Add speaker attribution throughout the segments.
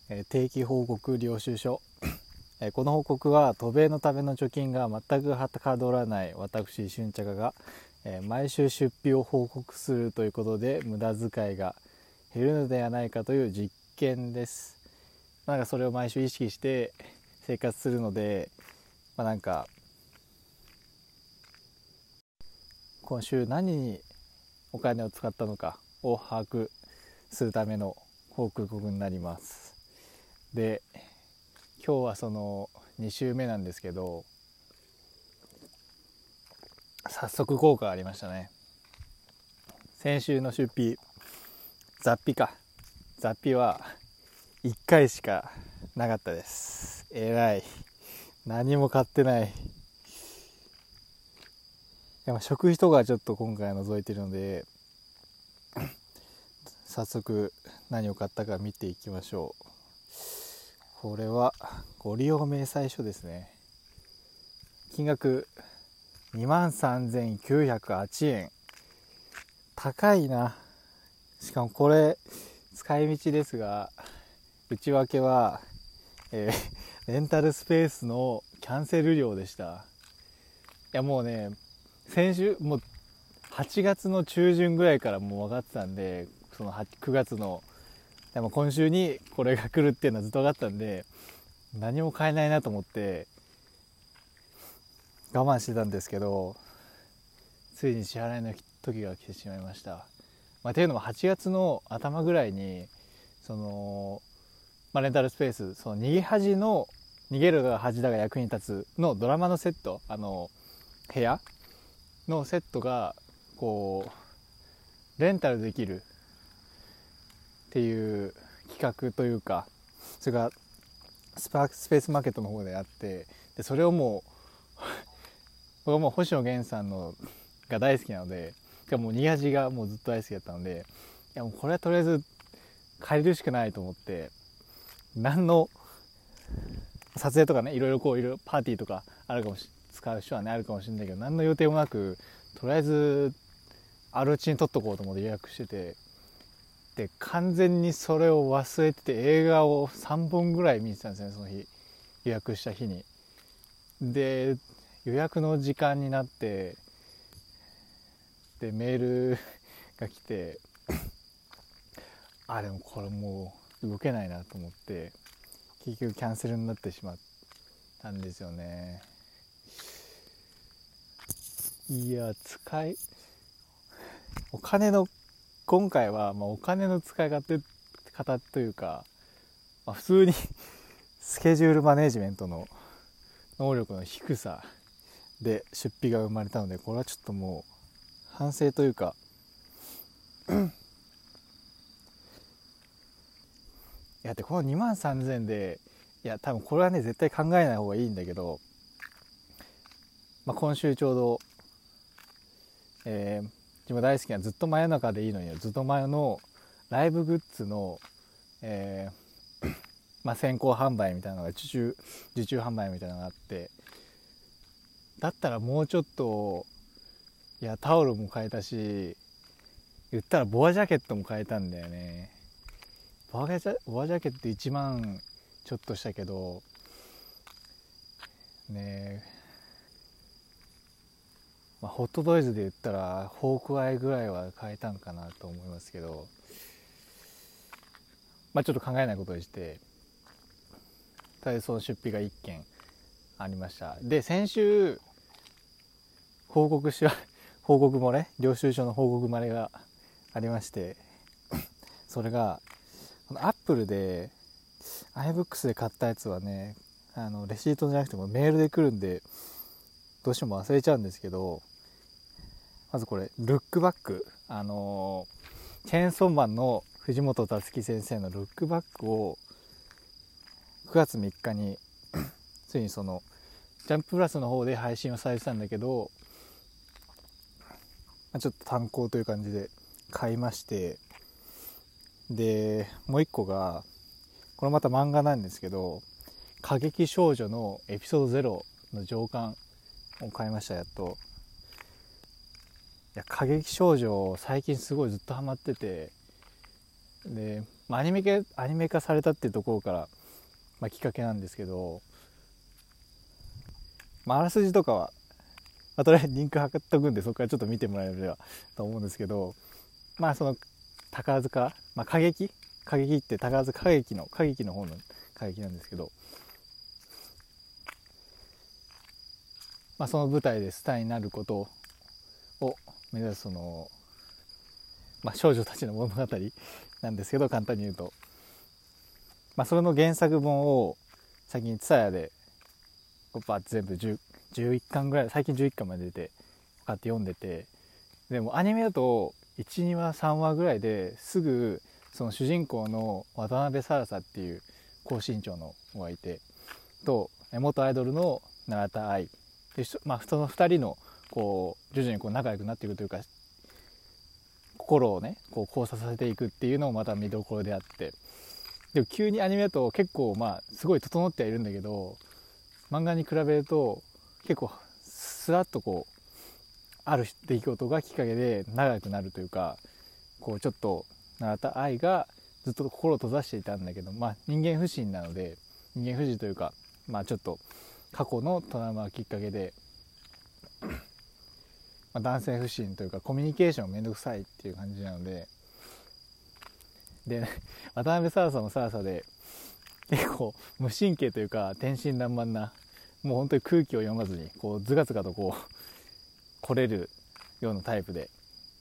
Speaker 1: 定期報告領収書。この報告は渡米のための貯金が全くはかどらない私俊茶が、毎週出費を報告するということで無駄遣いが減るのではないかという実験です。なんかそれを毎週意識して生活するので、なんか今週何にお金を使ったのかを把握するための報告になります。で、今日はその2週目なんですけど、早速効果がありましたね。先週の出費、雑費は1回しかなかったです。何も買ってない。でも食費とかちょっと今回除いてるので、早速何を買ったか見ていきましょう。これはご利用明細書ですね。金額23,908円。高いな。しかもこれ使い道ですが、内訳は、レンタルスペースのキャンセル料でした。いやもうね、先週もう8月の中旬ぐらいからもう分かってたんで、その9月のでも今週にこれが来るっていうのはずっと分かったんで、何も買えないなと思って我慢してたんですけど、ついに支払いの時が来てしまいました。っていうのも8月の頭ぐらいにその、レンタルスペース、その逃げるが恥だが役に立つのドラマのセット、部屋のセットがこうレンタルできるっていう企画というか、それがスペースマーケットの方であって、でそれをもう僕はもう星野源さんのが大好きなので、もうニヤジがもうずっと大好きだったので、いやもうこれはとりあえず借りるしかないと思って、何の撮影とかね、いろいろパーティーとかあるかも使う人はねあるかもしれないけど、何の予定もなくとりあえずあるうちに撮っとこうと思って予約してて、で完全にそれを忘れてて、映画を3本ぐらい見てたんですね、その日、予約した日に。で予約の時間になって、でメールが来てでもこれもう動けないなと思って、結局キャンセルになってしまったんですよね。いや今回はお金の使い方というか、普通にスケジュールマネジメントの能力の低さで出費が生まれたので、これはちょっともう反省というかでこの23,000円で、多分これはね絶対考えない方がいいんだけど、今週ちょうど、自分大好きなずっと真夜中でいいのにずっと前のライブグッズの、先行販売みたいなのが受注販売みたいなのがあって、だったらもうちょっとタオルも買えたし、言ったらボアジャケットも買えたんだよね。ボアジャケット1万ちょっとしたけどね、ホットトイズで言ったらホークアイぐらいは買えたんかなと思いますけど、ちょっと考えないことにして、とりあえずその出費が1件ありました。で先週報告もね、領収書の報告までがありまして、それがアップルで iBooks で買ったやつはね、レシートじゃなくてもメールで来るんでどうしても忘れちゃうんですけど、まずこれルックバック、チェーンソーマンの藤本達樹先生のルックバックを9月3日についにそのジャンププラスの方で配信をされてたんだけど、ちょっと単行という感じで買いまして、でもう一個がこれまた漫画なんですけど、過激少女のエピソード0の上巻を買いました。やっと。過激少女最近すごいずっとハマってて、でアニメ化されたっていうところから、きっかけなんですけど、あらすじとかは、とりあえずリンク貼っとくんで、そこからちょっと見てもらえればと思うんですけど、その宝塚、歌劇って宝塚歌劇の方の歌劇なんですけど、その舞台でスターになることを目指すその、少女たちの物語なんですけど、簡単に言うと、それの原作本を最近TSUTAYAで全部11巻ぐらい、最近11巻まで出て買って読んでて、でもアニメだと1、2話、3話ぐらいですぐその主人公の渡辺サラサっていう高身長の子がいてと、元アイドルの永田愛で、その2人のこう徐々にこう仲良くなっていくというか、心をねこう交差させていくっていうのもまた見どころであって、でも急にアニメだと結構すごい整ってはいるんだけど、漫画に比べると結構スラッとこうある出来事がきっかけで長くなるというか、こうちょっと永田愛がずっと心を閉ざしていたんだけど、人間不信なので、人間不信というか、ちょっと過去のトラウマがきっかけで、男性不信というかコミュニケーションがめんどくさいっていう感じなので、渡辺サラサもサラサで結構無神経というか天真爛漫な、もう本当に空気を読まずにこうズカズカとこう来れるようなタイプで、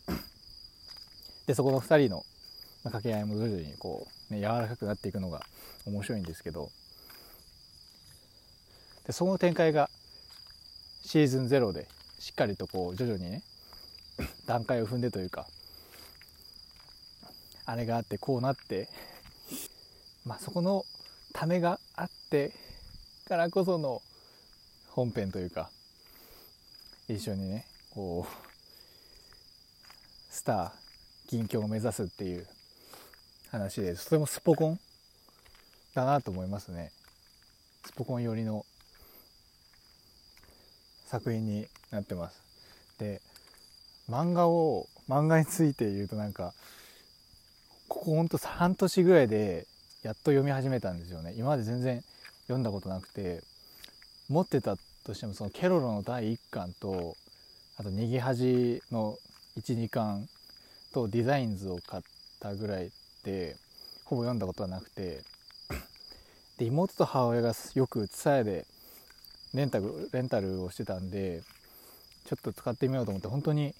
Speaker 1: そこの2人の掛け合いも徐々にこう、柔らかくなっていくのが面白いんですけど、でその展開がシーズン0でしっかりとこう徐々にね段階を踏んでというか、あれがあってこうなってそこのためがあってからこその本編というか、一緒にねこうスター銀鏡を目指すっていう話で、それもスポコンだなと思いますね。スポコン寄りの作品になってます。で漫画について言うと、ここほんと半年ぐらいでやっと読み始めたんですよね。今まで全然読んだことなくて、持ってたとしてもそのケロロの第1巻と、あと逃げ恥の 1,2 巻とデザインズを買ったぐらいでほぼ読んだことはなくて、で妹と母親がよくTSUTAYAでレンタルをしてたんで、ちょっと使ってみようと思って、本当に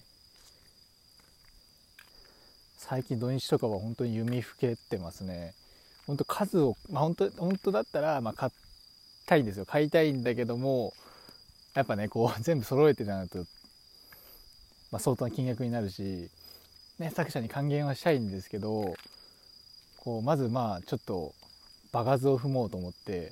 Speaker 1: 最近土日とかは本当に読みふけてますね。本当数を、本当だったら買いたいんですよ。買いたいんだけども、やっぱねこう全部揃えてなると、相当な金額になるし、作者に還元はしたいんですけど、こうまずちょっと場数を踏もうと思って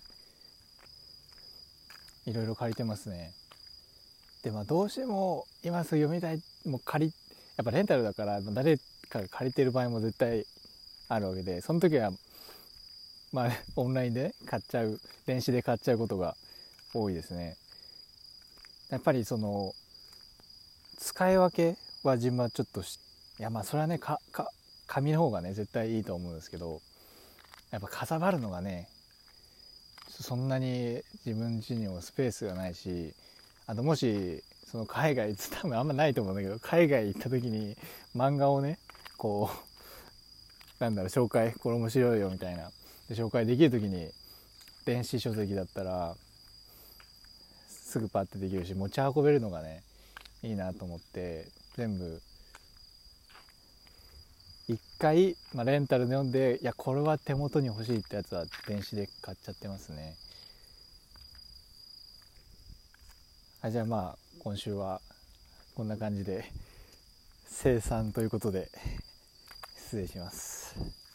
Speaker 1: いろいろ借りてますね。でどうしても今すぐ読みたい、もうやっぱレンタルだから誰かが借りてる場合も絶対あるわけで、その時はオンラインで買っちゃう、電子で買っちゃうことが多いですね。やっぱりその使い分けは自分はちょっとそれはね紙の方がね絶対いいと思うんですけど、やっぱかさばるのがねそんなに自分自身にもスペースがないし、あともしその海外、多分あんまないと思うんだけど、海外行った時に漫画をねこう紹介、これ面白いよみたいなで紹介できる時に電子書籍だったらすぐパッてできるし、持ち運べるのがねいいなと思って、全部一回、レンタルで読んで、いやこれは手元に欲しいってやつは電子で買っちゃってますね。じゃあ今週はこんな感じで生産ということで失礼します。